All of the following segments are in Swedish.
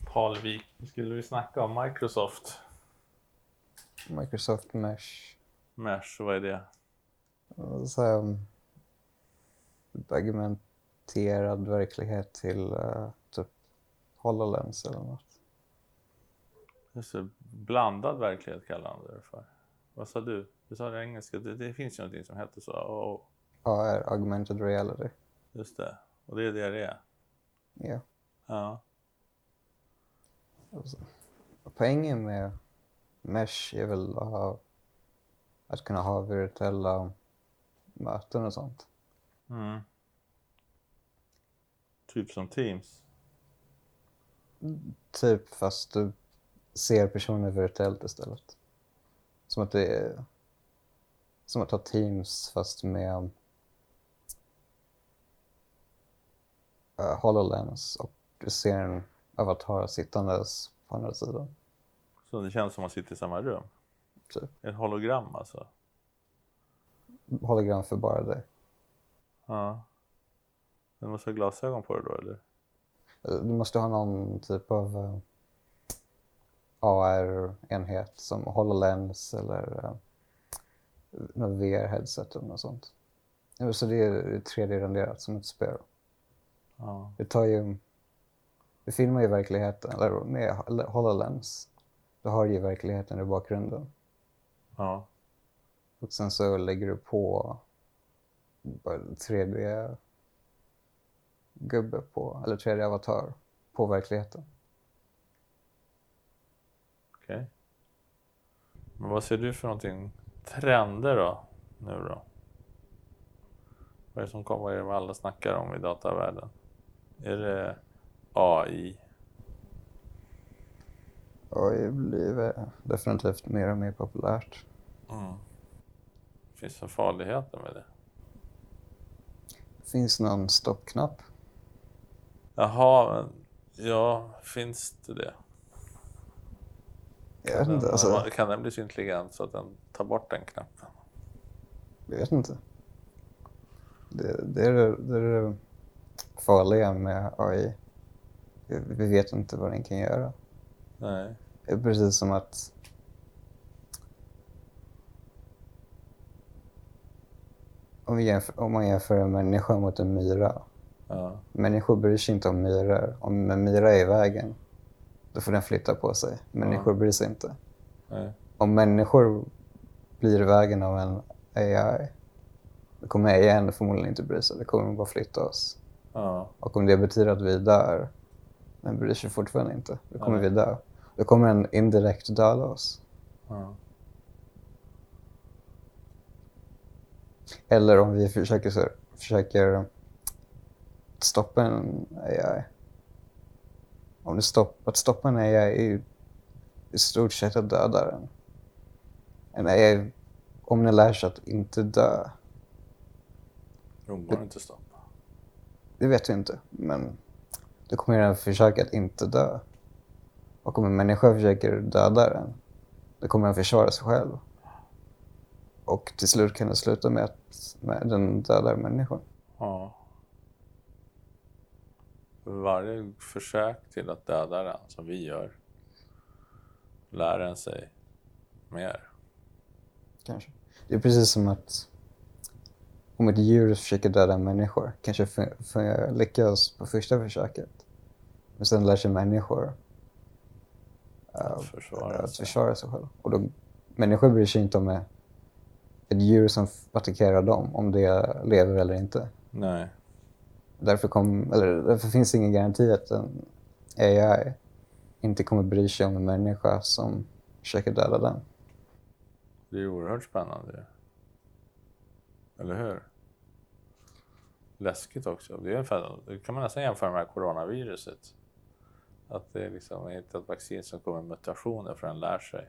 Palvik. Nu skulle vi snacka om Microsoft. Microsoft Mesh. Mesh, vad är det? Så här, augmenterad verklighet till typ HoloLens eller något. Just det, blandad verklighet kallar han det för. Vad sa du? Du sa det engelska. Det finns ju någonting som heter så. AR, augmented reality. Just det. Och det är det är. Ja. Ja. Alltså, poängen med Mesh är väl att kunna ha virtuella möten och sånt. Mm. Typ som Teams. Typ fast du ser personer virtuellt istället. Som att det är som att ha Teams fast med HoloLens och du ser en avatar sittandes på andra sidan. Så det känns som att man sitter i samma rum. Typ. Ett hologram alltså. Hologram för bara dig. Ja. Du måste ha glasögon på det då eller? Du måste ha någon typ av AR-enhet som HoloLens eller något VR-headset eller något sånt. Så det är 3D-renderat som ett spel. Ja. Det filmar ju verkligheten, eller med HoloLens. Du har ju verkligheten i bakgrunden. Ja. Och sen så lägger du på bara 3D-gubbe på, eller 3D-avatar på verkligheten. Okej. Men vad ser du för någonting? Trender då? Nu då? Vad är det som kommer? Vad är det vad alla snackar om i datavärlden? Är det AI? AI blir definitivt mer och mer populärt. Mm. Finns det farligheter med det? Finns någon stoppknapp? Jaha, men ja, finns det? Jag vet inte, alltså. Kan den bli så intelligent så att den tar bort den knappen? Jag vet inte. Det är det farliga med AI. Vi vet inte vad den kan göra. Nej. Det är precis som att om man jämför en människa mot en myra. Ja. Människor bryr sig inte om myror. Om en myra är i vägen, då får den flytta på sig. Människor bryr sig inte. Nej. Om människor blir i vägen av en AI, då kommer AI förmodligen inte bry sig. Det kommer bara flytta oss. Ja. Och om det betyder att vi dör, men bryr sig fortfarande inte, då kommer vi dö. Då kommer den indirekt döda oss. Ja. Eller om vi försöker stoppa en AI. Att stoppa en AI är ju i stort sett att döda den. En AI, om den lär sig att inte dö. De går inte att stoppa. Det vet vi inte, men då kommer den försöka att inte dö. Och om en människa försöker döda den, då kommer den försvara sig själv. Och till slut kan det sluta med att den dödar människan. Ja. Varje försök till att döda den som vi gör lär den sig mer. Kanske. Det är precis som att om ett djur försöker döda människor, kanske lyckas på första försöket. Men sen lär sig människor att försvara sig själv. Och då, människor bryr sig inte om ett djur som attackerar dem, om det lever eller inte. Nej. Därför finns det ingen garanti att en AI inte kommer bry sig om en människa som försöker döda den. Det är oerhört spännande. Eller hur? Läskigt också. Det kan man nästan jämföra med coronaviruset. Att det är liksom inte ett vaccin som kommer med mutationer för den lär sig.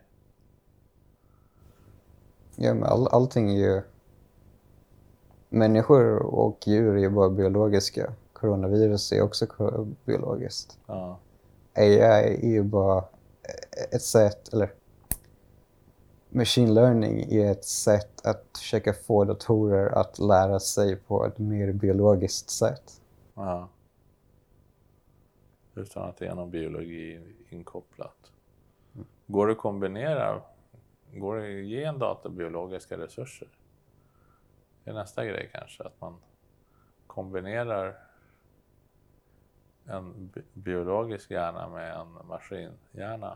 Ja, men allting är ju... Människor och djur är ju bara biologiska. Coronavirus är också biologiskt. Ja. AI är ju bara ett sätt, eller machine learning är ett sätt att försöka få datorer att lära sig på ett mer biologiskt sätt. Ja. utan att det är någon biologi inkopplat. Går det att kombinera, går det att ge en dator biologiska resurser? Det är nästa grej kanske, att man kombinerar en biologisk hjärna med en maskinhjärna.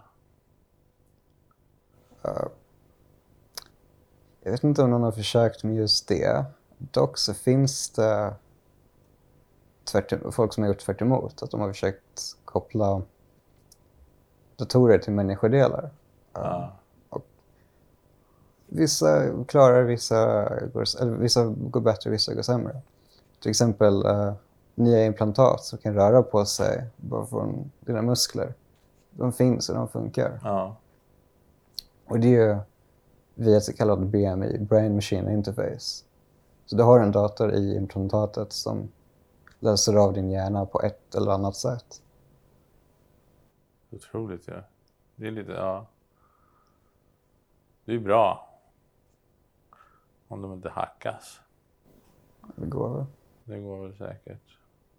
Jag vet inte om någon har försökt med just det. Dock så finns det folk som har gjort tvärt emot, att de har försökt koppla datorer till människodelar. Och vissa klarar, vissa går bättre, vissa går sämre. Till exempel nya implantat som kan röra på sig bara från dina muskler. De finns och de funkar. Ja. Och det är ju via ett så kallat BMI, Brain Machine Interface. Så du har en dator i implantatet som läser av din hjärna på ett eller annat sätt. Otroligt, ja. Det är lite, ja. Det är bra. Om de inte hackas. Det går väl. Det går väl säkert.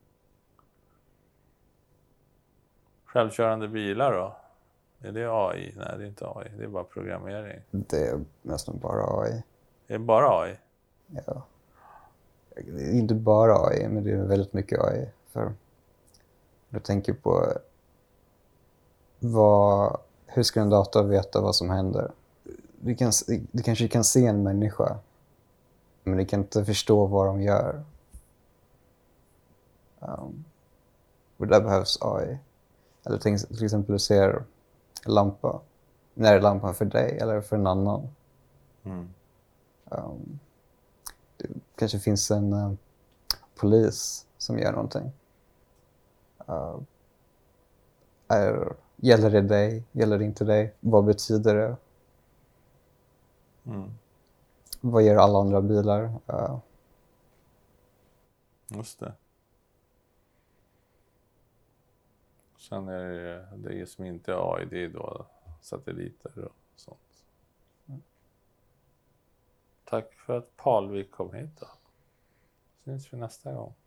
Självkörande bilar då? Är det AI? Nej, det är inte AI. Det är bara programmering. Det är nästan bara AI. Det är bara AI? Ja. Det är inte bara AI, men det är väldigt mycket AI. För jag tänker på hur ska en dator veta vad som händer? Du kanske kan se en människa, men du kan inte förstå vad de gör. Och där behövs AI. Eller till exempel du ser en lampa. När är lampan för dig eller för en annan? Det kanske finns en polis som gör någonting. Gäller det dig? Gäller det inte dig? Vad betyder det? Vad gör alla andra bilar? Just det. Sen är det som inte är AI, det är då satelliter och sånt. Tack för att Palvik kom hit då. Syns vi nästa gång.